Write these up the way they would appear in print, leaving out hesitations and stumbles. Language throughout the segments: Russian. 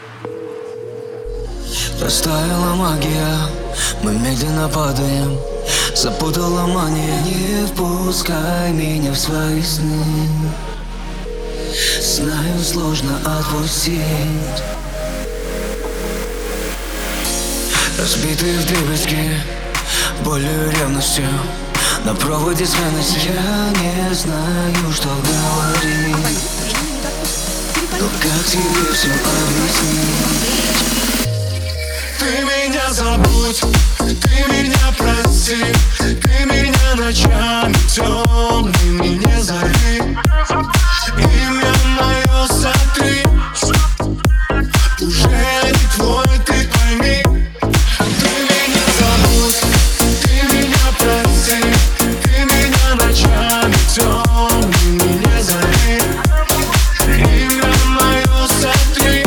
Растаяла магия, мы медленно падаем. Запутала мания, не впускай меня в свои сны. Знаю, сложно отпустить. Разбитые вдребезги болью и ревностью, на проводе сменности. Я не знаю, что говорить, но как тебе все объяснить? Ты меня забудь, ты меня прости, ты меня ночами темными не зови. Имя мое сотри, уже не твой, ты пойми. Ты меня забудь, ты меня прости, ты меня ночами темными не зови. Имя мое сотри,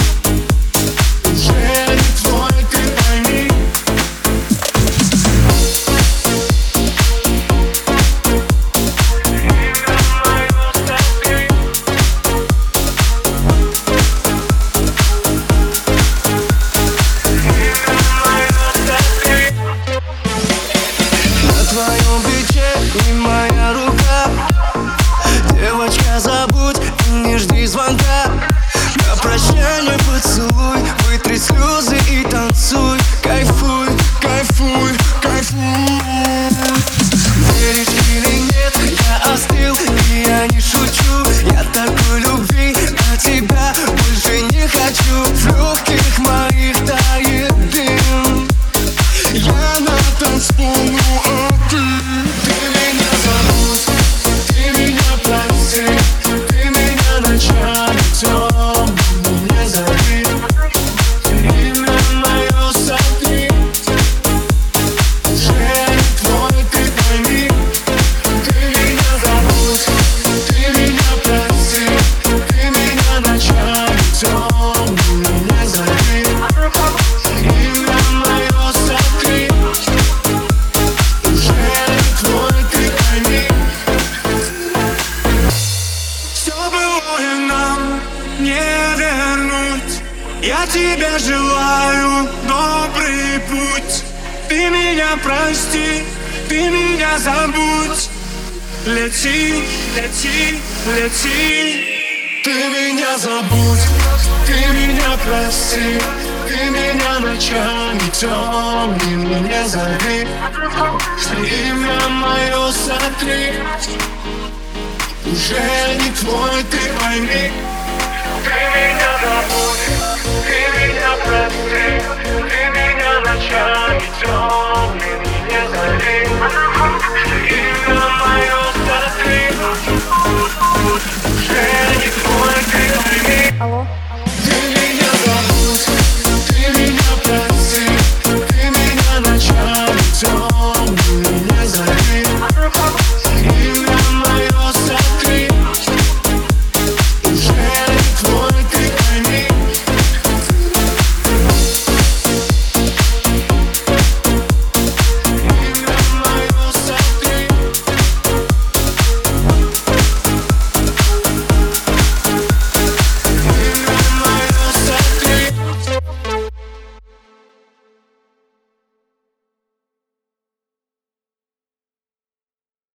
уже не твой, ты пойми. На твоем плече и моя рука. Девочка, забудь и не жди звонка. На прощание поцелуй, вытри слезы и танцуй. Кайфуй, кайфуй, кайфуй. Веришь или нет, я остыл, и я не шучу. Я такой любви от тебя больше не хочу. В легких моих тает дым, Я на танцполу, а ты меня забудь, ты меня прости, ты меня ночами темными не зови. Имя мое сотри, уже не твой, ты пойми. Ты меня забудь, ты меня прости, ты меня ночами темными не зови. Имя мое сотри, уже не твой, ты пойми. Все былое нам не вернуть. Я тебе желаю добрый путь. Ты меня прости, ты меня забудь. Лети, лети, лети. Ты меня забудь, ты меня прости, ты меня ночами темными не зови. Имя мое сотри, уже не твой, ты пойми.